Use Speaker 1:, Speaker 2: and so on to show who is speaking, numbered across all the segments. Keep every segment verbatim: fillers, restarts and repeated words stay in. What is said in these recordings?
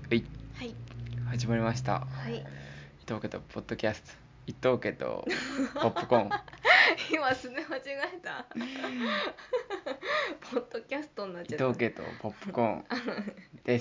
Speaker 1: はい、
Speaker 2: はい、
Speaker 1: 始まりました。
Speaker 2: はい。
Speaker 1: 伊藤家とポッドキャスト、伊藤家とポップコーン。
Speaker 2: 今すね間違えた。ポッドキャストになっ
Speaker 1: 伊
Speaker 2: ちゃった。
Speaker 1: 藤家とポップコーンです。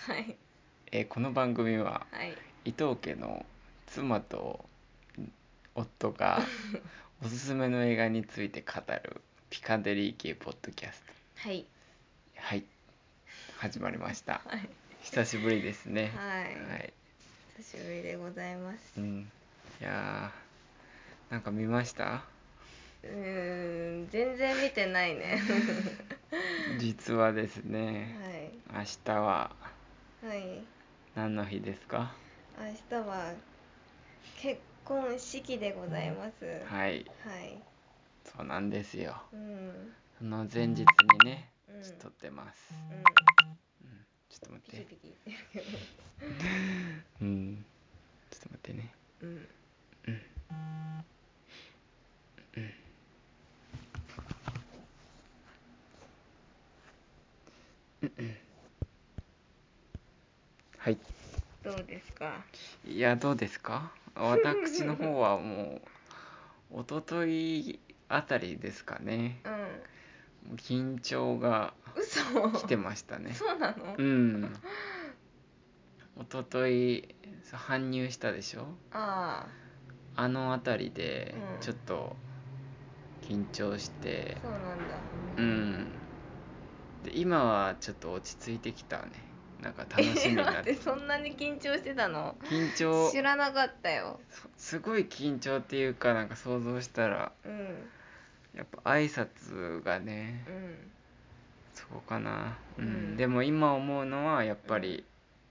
Speaker 2: はい、
Speaker 1: えーこの番組は
Speaker 2: はい、
Speaker 1: 伊藤家の妻と夫がおすすめの映画について語るピカデリー系ポッドキャスト。
Speaker 2: はい、
Speaker 1: はい、始まりました。
Speaker 2: はい、
Speaker 1: 久しぶりですね。
Speaker 2: はい。
Speaker 1: はい。
Speaker 2: 久しぶりでございます。
Speaker 1: うん。いやー、なんか見ました？
Speaker 2: うーん、全然見てないね。
Speaker 1: 実はですね、明日は
Speaker 2: はい、はい。
Speaker 1: 何の日ですか？
Speaker 2: 明日は結婚式でございます。
Speaker 1: はい、
Speaker 2: はい。
Speaker 1: そうなんですよ。
Speaker 2: うん、
Speaker 1: その前日にね、
Speaker 2: うん、
Speaker 1: ちょっと撮ってます。
Speaker 2: うん。
Speaker 1: うん、ちょっと待
Speaker 2: ピ
Speaker 1: って。
Speaker 2: キピキ言ってるけど。
Speaker 1: うん、ちょっと待ってね。
Speaker 2: うん。
Speaker 1: はい。
Speaker 2: どうですか？
Speaker 1: いや、どうですか？私の方はもう、一昨日あたりですかね。
Speaker 2: うん。
Speaker 1: もう緊張が
Speaker 2: 嘘。
Speaker 1: 来てましたね。
Speaker 2: そうなの？
Speaker 1: うん。一昨日搬入したでしょ？
Speaker 2: あ
Speaker 1: あのあたりで
Speaker 2: あ、うん。
Speaker 1: ちょっと緊張して、
Speaker 2: そうなんだ。
Speaker 1: うん。で、今はちょっと落ち着いてきたね。なんか楽し
Speaker 2: え、
Speaker 1: みになって。
Speaker 2: 待って、そんなに緊張してたの？
Speaker 1: 緊張、
Speaker 2: 知らなかったよ。
Speaker 1: すごい緊張っていうか、なんか想像したら、
Speaker 2: うん。
Speaker 1: やっぱ挨拶がね、
Speaker 2: うん。
Speaker 1: そこかな。う
Speaker 2: うん。
Speaker 1: ん。でも今思うのは、やっ
Speaker 2: うん。
Speaker 1: ぱり、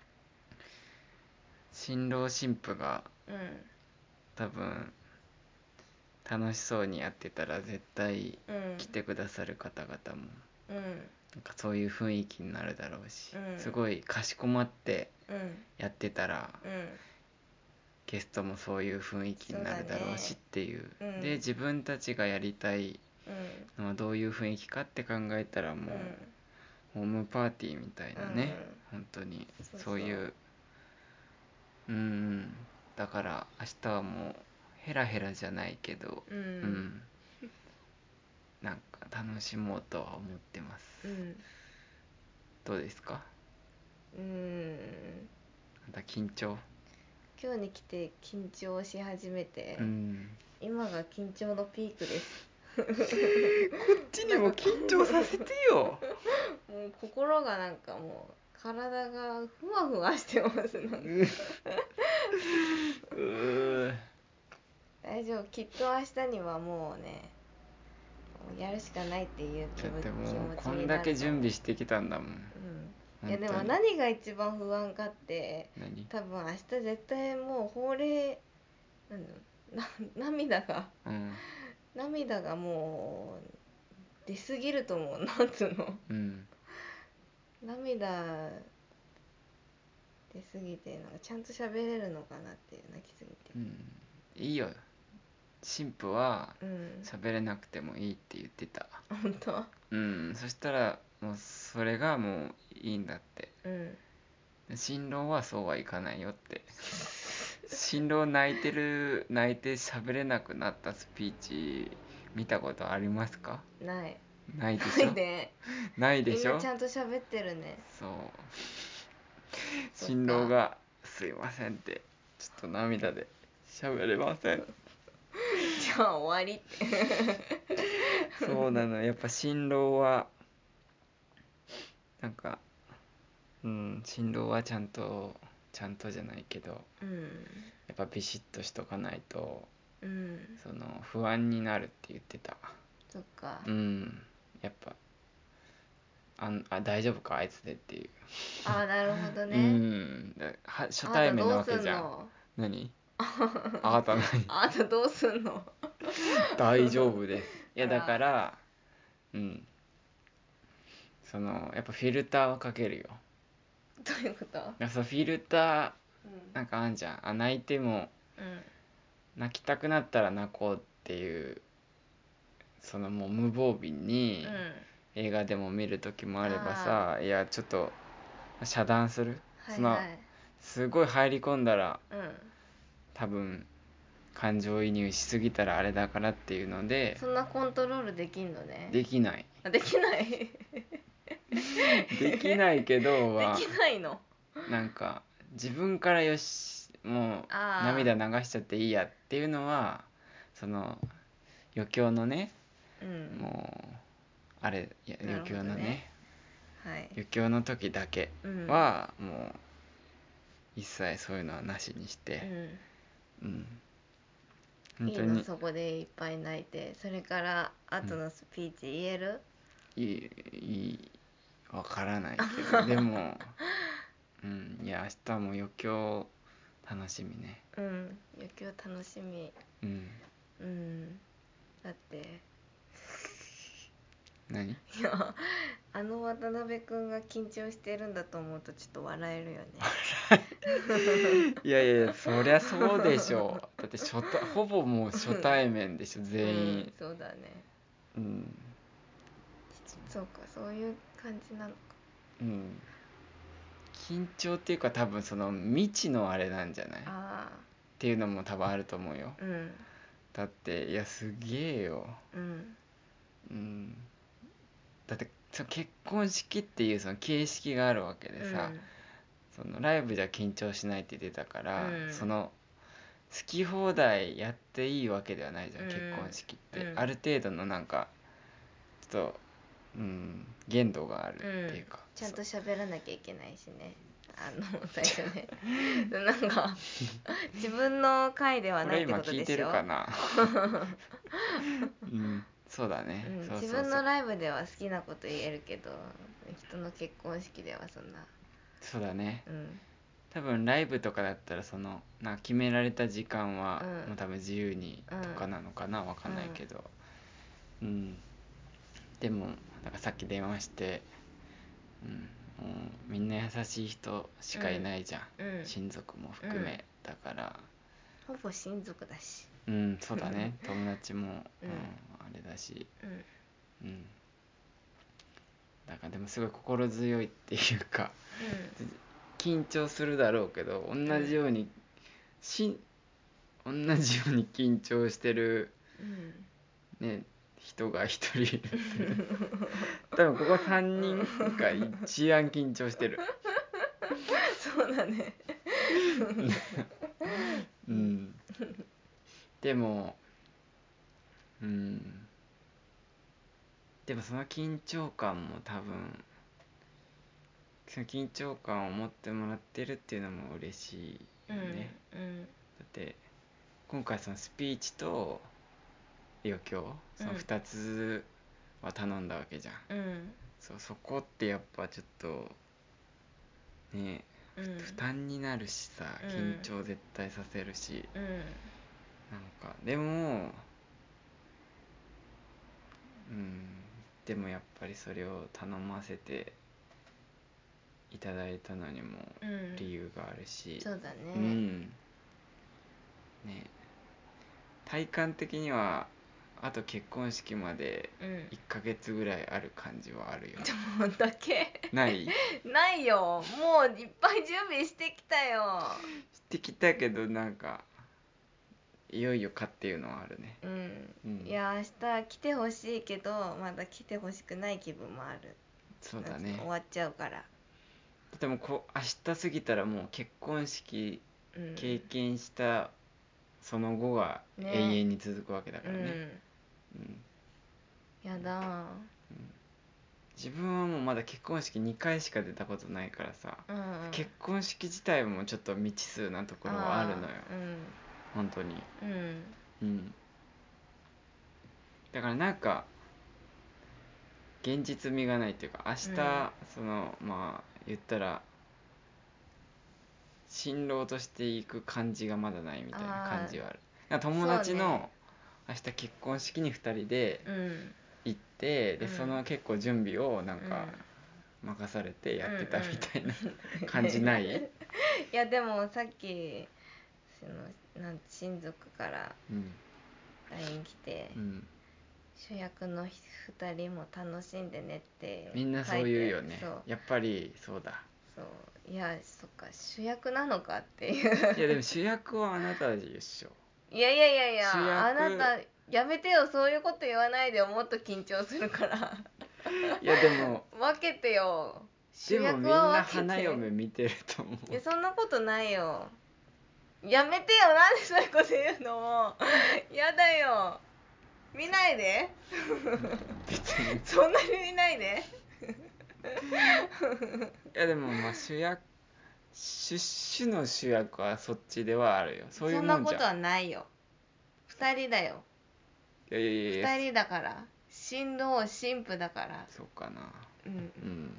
Speaker 1: 新郎新婦が
Speaker 2: うん。
Speaker 1: 多分、楽しそうにやってたら絶対
Speaker 2: うん。
Speaker 1: 来てくださる方々も
Speaker 2: うん。
Speaker 1: なんかそういう雰囲気になるだろうし、
Speaker 2: うん。
Speaker 1: すごいかしこまって
Speaker 2: うん。
Speaker 1: やってたら
Speaker 2: うん。
Speaker 1: ゲストもそういう雰囲気
Speaker 2: そうだ
Speaker 1: になるだろうしっ
Speaker 2: ね。
Speaker 1: ていう。
Speaker 2: うん。
Speaker 1: で、自分たちがやりたい
Speaker 2: うん。
Speaker 1: のはどういう雰囲気かって考えたら、も
Speaker 2: うん。
Speaker 1: うホームパーティーみたい
Speaker 2: うん。う
Speaker 1: なね、
Speaker 2: ん。
Speaker 1: 本当に
Speaker 2: そうそう。
Speaker 1: そういう。うん、だから明日はもうヘラヘラじゃないけど、
Speaker 2: うん。
Speaker 1: うん、なんか楽しもうとは思ってます。
Speaker 2: うん。
Speaker 1: どうですか？
Speaker 2: うん。
Speaker 1: また緊張？
Speaker 2: 今日に来て緊張し始めて、
Speaker 1: うん。
Speaker 2: 今が緊張のピークです。
Speaker 1: こっちに
Speaker 2: なんか
Speaker 1: も緊張させてよ。
Speaker 2: もう心がなんかもう体がふわふわしてますなんか。
Speaker 1: うー
Speaker 2: 大丈夫、きっと明日にはもうね、もうやるしかないっていう気
Speaker 1: だってもう
Speaker 2: 気持ちに
Speaker 1: こんだけ
Speaker 2: なると思う。
Speaker 1: 準備してきたんだもん。
Speaker 2: うん。いやでも
Speaker 1: 本当に。
Speaker 2: 何が一番不安かって、
Speaker 1: 何？
Speaker 2: 多分明日絶対もう法令なんだろうな、涙が
Speaker 1: うん。
Speaker 2: 涙がもう出すぎると思う。なんつうの、
Speaker 1: うん。
Speaker 2: 涙出すぎて、なんかちゃんと喋れるのかなっていう泣きすぎて。
Speaker 1: うん。いいよ。神父は
Speaker 2: うん。
Speaker 1: 喋れなくてもいいって言ってた。
Speaker 2: 本当？
Speaker 1: うん。そしたらもうそれがもういいんだって。
Speaker 2: うん。
Speaker 1: 新郎はそうはいかないよって。新郎泣いてる泣いて喋れなくなったスピーチ見たことありますか？
Speaker 2: ない。
Speaker 1: ないでしょ？
Speaker 2: ないで。
Speaker 1: ないでしょ？
Speaker 2: みんなちゃんと喋ってるね。
Speaker 1: そう。
Speaker 2: そっか。
Speaker 1: 新郎が「すいません」って「ちょっと涙で喋れません」。
Speaker 2: じゃあ終わりって。
Speaker 1: そうなの。やっぱ新郎はなんか、うん新郎はちゃんとちゃんとじゃないけど、
Speaker 2: うん。
Speaker 1: やっぱビシッとしとかないと
Speaker 2: うん。
Speaker 1: その不安になるって言ってた。
Speaker 2: そっか。
Speaker 1: うん。やっぱあんあ大丈夫かあいつでっていう。
Speaker 2: ああ、なるほど
Speaker 1: う
Speaker 2: ね。
Speaker 1: ん。だは初
Speaker 2: あなた
Speaker 1: 対面
Speaker 2: どうす
Speaker 1: なわけじゃん。
Speaker 2: んの？
Speaker 1: 何？あなた何？
Speaker 2: あなたどうすんの？
Speaker 1: 大丈夫です。いやだか
Speaker 2: あら。
Speaker 1: ら、うん、そのやっぱフィルターをかけるよ。
Speaker 2: どういうこと？
Speaker 1: いやそうフィルター
Speaker 2: うん。
Speaker 1: なんかあんじゃん。あ泣いても
Speaker 2: うん。
Speaker 1: 泣きたくなったら泣こうっていう、そのもう無防備に
Speaker 2: うん。
Speaker 1: 映画でも見る時もあれば
Speaker 2: あ
Speaker 1: さ、いやちょっと遮断する。
Speaker 2: あ、
Speaker 1: そのすごい入り込んだら
Speaker 2: うん
Speaker 1: 多分感情移入しすぎたらあれだからっていうので、
Speaker 2: そんなコントロールできんのね。
Speaker 1: できない。
Speaker 2: あできない
Speaker 1: できないけどは
Speaker 2: できないの。
Speaker 1: なんか自分からよしもう
Speaker 2: あー
Speaker 1: 涙流しちゃっていいやっていうのはその余興のね、
Speaker 2: うん
Speaker 1: もうあれいや
Speaker 2: なる
Speaker 1: 余
Speaker 2: ほどね
Speaker 1: 興のね
Speaker 2: はい
Speaker 1: 余興の時だけ
Speaker 2: うん
Speaker 1: はもう一切そういうのはなしにし
Speaker 2: う
Speaker 1: て、
Speaker 2: ん
Speaker 1: うん、本
Speaker 2: いいの
Speaker 1: 当に
Speaker 2: そこでいっぱい泣いて、それから後のスピーチ言える？
Speaker 1: いいいいわからないけどでも、うん、いや明日も余興楽しみね。
Speaker 2: うん余興楽しみ。
Speaker 1: うん
Speaker 2: うんだって
Speaker 1: 何
Speaker 2: いやあの渡辺くんが緊張してるんだと思うとちょっと笑えるよね。
Speaker 1: いやいやいやそりゃそうでしょう。だって初対ほぼもう初対面でしょ全員、
Speaker 2: うん、そうだね。
Speaker 1: うん
Speaker 2: そうかそういう感じなのか。
Speaker 1: うん緊張っていうか多分その未知のあれなんじゃないっ
Speaker 2: あ
Speaker 1: ていうのも多分あると思うよ。
Speaker 2: あうん
Speaker 1: だっていやすげえよ、
Speaker 2: うん
Speaker 1: うん、だってその結婚式っていうその形式があるわけでさ、
Speaker 2: うん
Speaker 1: そのライブじゃ緊張しないって言ってたから、
Speaker 2: うん
Speaker 1: その好き放題やっていいわけではないじゃん、
Speaker 2: うん
Speaker 1: 結婚式って、
Speaker 2: うん
Speaker 1: ある程度のなんかちょっと、うん、限度があるっていうか、
Speaker 2: うん、ちゃんと喋らなきゃいけないしね、あの最初ねなんか自分の回では
Speaker 1: これ
Speaker 2: ないってこと
Speaker 1: 今聞いて
Speaker 2: でしょ。
Speaker 1: るかなうんそうだね、
Speaker 2: うん、自
Speaker 1: そうそうそう
Speaker 2: 分のライブでは好きなこと言えるけど人の結婚式ではそんな
Speaker 1: そうだね。
Speaker 2: うん
Speaker 1: 多分ライブとかだったらそのなんか決められた時間は
Speaker 2: うん
Speaker 1: もう多分自由にとかなのかな、わかんないけど、うん、でもなんかさっき電話して、うん、もうみんな優しい人しかいないじゃん、
Speaker 2: うんうん
Speaker 1: 親族も含め、だから
Speaker 2: ほぼ親族だし
Speaker 1: うんそうだね友達も、うん
Speaker 2: うん
Speaker 1: あれだし、
Speaker 2: うん
Speaker 1: うん、だからでもすごい心強いっていうか緊張するだろうけど同じようにし同じように緊張してる、
Speaker 2: うん
Speaker 1: ね、人が一人いるって多分ここさんにんが一番緊張してる
Speaker 2: そうだね
Speaker 1: うんでもうんでもその緊張感も多分その緊張感を持ってもらってるっていうのも嬉しいよね、
Speaker 2: うんうん
Speaker 1: だって今回そのスピーチと余興そのふたつは頼んだわけじゃん、
Speaker 2: うん
Speaker 1: そうそこってやっぱちょっとね
Speaker 2: うん
Speaker 1: 負担になるしさ、
Speaker 2: うん
Speaker 1: 緊張絶対させるし、
Speaker 2: うん
Speaker 1: なんかでもうんでもやっぱりそれを頼ませていただいたのにも
Speaker 2: うん
Speaker 1: 理由があるし、
Speaker 2: そうだね
Speaker 1: うんね体感的にはあと結婚式まで
Speaker 2: うん
Speaker 1: いっかげつぐらいある感じはあるよ。
Speaker 2: もうだけ
Speaker 1: ない
Speaker 2: ないよ、もういっぱい準備してきたよ。
Speaker 1: してきたけどなんかいよいよかっていうのはあるね。
Speaker 2: うん、
Speaker 1: うん
Speaker 2: いや明日来てほしいけどまだ来てほしくない気分もある。
Speaker 1: そうだね。
Speaker 2: 終わっちゃうから。
Speaker 1: でもこう明日過ぎたらもう結婚式
Speaker 2: うん
Speaker 1: 経験したその後が
Speaker 2: ね
Speaker 1: 永遠に続くわけだからね。うん
Speaker 2: うん、やだー。
Speaker 1: 自分はもうまだ結婚式にかいしか出たことないからさ、
Speaker 2: うんうん、
Speaker 1: 結婚式自体もちょっと未知数なところはあるのよ、
Speaker 2: うん
Speaker 1: 本当に。
Speaker 2: うん
Speaker 1: うんだからなんか現実味がないっていうか明日、
Speaker 2: うん
Speaker 1: そのまあ言ったら新郎としていく感じがまだないみたいな感じはある。なんか友達の
Speaker 2: そうね
Speaker 1: 明日結婚式にふたりで
Speaker 2: うん
Speaker 1: 行って、で
Speaker 2: うん
Speaker 1: その結構準備をなんか任されてやってたみたいな感じない？
Speaker 2: いやでもさっきそのなん親族から
Speaker 1: うん
Speaker 2: ライン 来て、
Speaker 1: うん
Speaker 2: 主役のふたりも楽しんでねって
Speaker 1: みんなそう
Speaker 2: 書いて、
Speaker 1: 言うよね。
Speaker 2: そう
Speaker 1: やっぱりそうだ。
Speaker 2: そそういやそっか主役なのかっていう
Speaker 1: いやでも主役はあなたたちでしょ。
Speaker 2: いやいやいやいや
Speaker 1: 主役
Speaker 2: あなたやめてよそういうこと言わないでよもっと緊張するから
Speaker 1: いやでも
Speaker 2: 分けてよ主
Speaker 1: でもみん
Speaker 2: 役は
Speaker 1: な
Speaker 2: 分けて
Speaker 1: 花嫁見てると思う。
Speaker 2: いやそんなことないよやめてよなんでそういうこと言うのもやだよ見ないで
Speaker 1: 別に
Speaker 2: そんなに見ないで
Speaker 1: いやでもまあ主役主主の主役はそっちではあるよ。そういう
Speaker 2: そん
Speaker 1: もじゃん。
Speaker 2: なんことはないよ二人だよ
Speaker 1: いやいやいや
Speaker 2: 二人だから新郎新婦だから
Speaker 1: そうかな。
Speaker 2: うん
Speaker 1: うん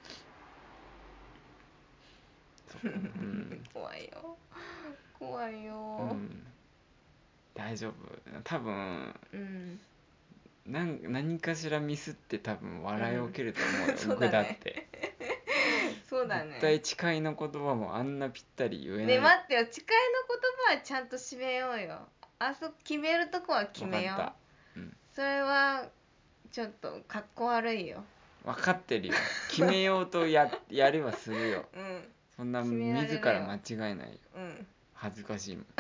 Speaker 1: そうかな。うん
Speaker 2: 怖いよ怖いよ
Speaker 1: うん大丈夫。多分
Speaker 2: うん
Speaker 1: なん何かしらミスって多分笑い起きると思うよ、
Speaker 2: そう
Speaker 1: 具だ
Speaker 2: だね
Speaker 1: って
Speaker 2: そうだね
Speaker 1: 絶対誓いの言葉もあんなぴったり言えない。
Speaker 2: ねえ待ってよ誓いの言葉はちゃんと締めようよあそ決めるとこは決めよう
Speaker 1: 分かった、うん、
Speaker 2: それはちょっとかっこ悪いよ
Speaker 1: 分かってるよ。決めようとややればするよ。
Speaker 2: うん
Speaker 1: そんな
Speaker 2: 決められるよ
Speaker 1: 自ら間違えないよ。
Speaker 2: うん
Speaker 1: 恥ずかしいもん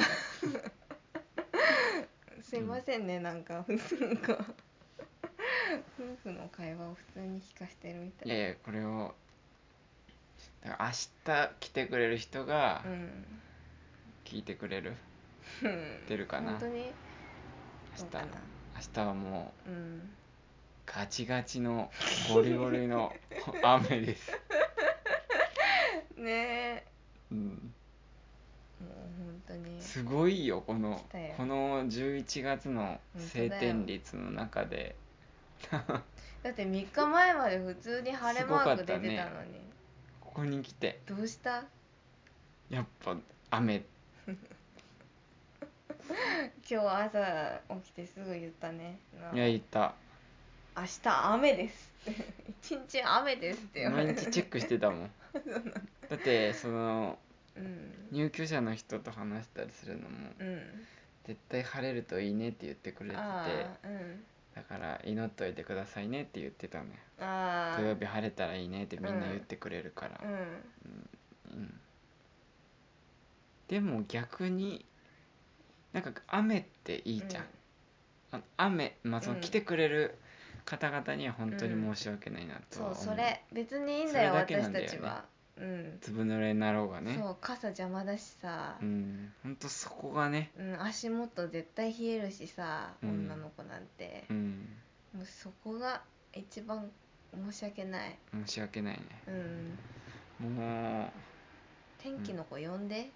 Speaker 2: すいませんね、うん、なんかなんか夫婦の会話を普通に聞かしてるみたい
Speaker 1: いやいやこれをだから明日来てくれる人が
Speaker 2: うん
Speaker 1: 聞いてくれる、
Speaker 2: うん
Speaker 1: 出るかな。
Speaker 2: 本当に
Speaker 1: 明日
Speaker 2: そうかな
Speaker 1: 明日はもう
Speaker 2: うん
Speaker 1: ガチガチのゴリゴリの雨です
Speaker 2: ねえ
Speaker 1: うん
Speaker 2: もう本当に
Speaker 1: すごいよこの
Speaker 2: 来たよ
Speaker 1: このじゅういちがつの晴天率の中で
Speaker 2: だってみっかまえまで普通に晴れマーク出てたのに、
Speaker 1: すごかったねここに来て
Speaker 2: どうした
Speaker 1: やっぱ雨
Speaker 2: 今日朝起きてすぐ言ったね
Speaker 1: いや言った
Speaker 2: 明日雨です一日雨ですって言われ
Speaker 1: 毎日チェックしてたもんだってその
Speaker 2: うん
Speaker 1: 入居者の人と話したりするのも
Speaker 2: うん
Speaker 1: 絶対晴れるといいねって言ってくれてて
Speaker 2: ああうん
Speaker 1: だから祈っといてくださいねって言ってたのよ。
Speaker 2: ああ
Speaker 1: 土曜日晴れたらいいねってみんな言ってくれるから、
Speaker 2: うん
Speaker 1: うんうん、でも逆になんか雨っていいじゃん、あ雨まあその
Speaker 2: うん
Speaker 1: 来てくれる方々には本当に申し訳ないなとは思う、
Speaker 2: そうそれ別にいいん
Speaker 1: それ
Speaker 2: だよ
Speaker 1: だけなんだよね
Speaker 2: 私たちはうん
Speaker 1: ずぶ濡れになろうがね
Speaker 2: そう傘邪魔だしさ
Speaker 1: う、ん本当そこがね
Speaker 2: うん、足元絶対冷えるしさ、
Speaker 1: うん
Speaker 2: 女の子なんて
Speaker 1: うん
Speaker 2: もうそこが一番申し訳ない
Speaker 1: 申し訳ないね
Speaker 2: うん
Speaker 1: もう
Speaker 2: 天気の子呼んで、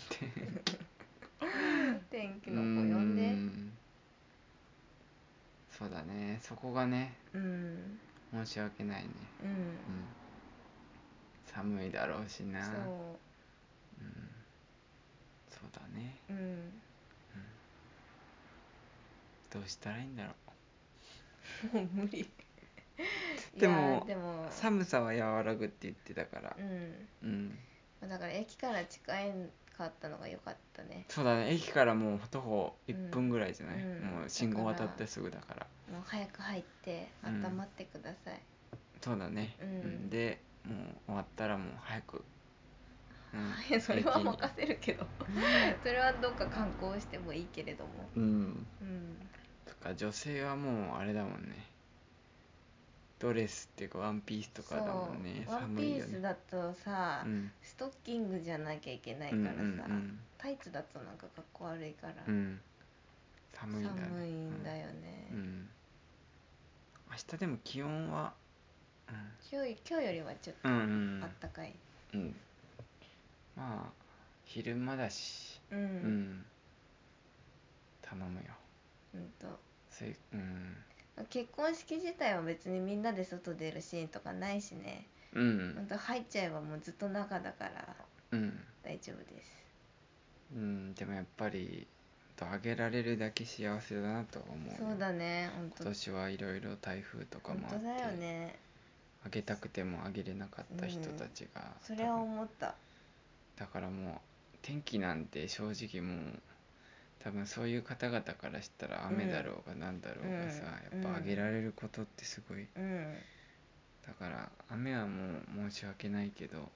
Speaker 2: 天気
Speaker 1: う
Speaker 2: の子呼んで
Speaker 1: んそうだねそこがね
Speaker 2: うん
Speaker 1: 申し訳ないね
Speaker 2: うん、
Speaker 1: うん寒いだろうしな
Speaker 2: そ
Speaker 1: そうだね
Speaker 2: ううん
Speaker 1: どうしたらいいんだろ
Speaker 2: もう無理い
Speaker 1: うで
Speaker 2: や
Speaker 1: も
Speaker 2: でも
Speaker 1: 寒さは和らぐって言ってたから
Speaker 2: うん
Speaker 1: うん
Speaker 2: だから駅から近いかったのが良かったね
Speaker 1: そうだね駅からもう徒歩いっぷんぐらいじゃない、
Speaker 2: うんうん
Speaker 1: もう信号渡ってすぐだから
Speaker 2: もう早く入って
Speaker 1: うん
Speaker 2: 温まってください、
Speaker 1: そうだね、
Speaker 2: うん
Speaker 1: でもう終わったらもう早く、
Speaker 2: いやそれは
Speaker 1: 駅に
Speaker 2: 任せるけどそれはどっか観光してもいいけれども
Speaker 1: うん
Speaker 2: うん
Speaker 1: とか女性はもうあれだもんねドレスっていうかワンピースとかだもんね
Speaker 2: そうワンピ
Speaker 1: 寒いよね
Speaker 2: ースだとさ、
Speaker 1: うん
Speaker 2: ストッキングじゃなきゃいけないからさ、
Speaker 1: うんうんうん
Speaker 2: タイツだとなんかかっこ悪いから、
Speaker 1: うん寒いんだね
Speaker 2: 寒いんだよね、
Speaker 1: うん、うん明日でも気温は
Speaker 2: 今日今日よりはちょっと
Speaker 1: うんうん
Speaker 2: あったかい
Speaker 1: うん、うん、まあ昼間だし
Speaker 2: うん、
Speaker 1: うん頼むよ
Speaker 2: うんと
Speaker 1: そいうん
Speaker 2: 結婚式自体は別にみんなで外出るシーンとかないしね、
Speaker 1: うん
Speaker 2: ほんと入っちゃえばもうずっと中だから
Speaker 1: うん
Speaker 2: 大丈夫です
Speaker 1: うんでもやっぱりあげられるだけ幸せだなとは思うよ。
Speaker 2: そうだねほんと
Speaker 1: 今年はいろいろ台風とかもあって
Speaker 2: 本当だよね
Speaker 1: あげたくてもあげれなかった人たちが、
Speaker 2: それは思った
Speaker 1: だからもう天気なんて正直もう多分そういう方々からしたら雨だろうがなんだろうがさ、
Speaker 2: うん
Speaker 1: やっぱあげられることってすごい、
Speaker 2: うん
Speaker 1: だから雨はもう申し訳ないけど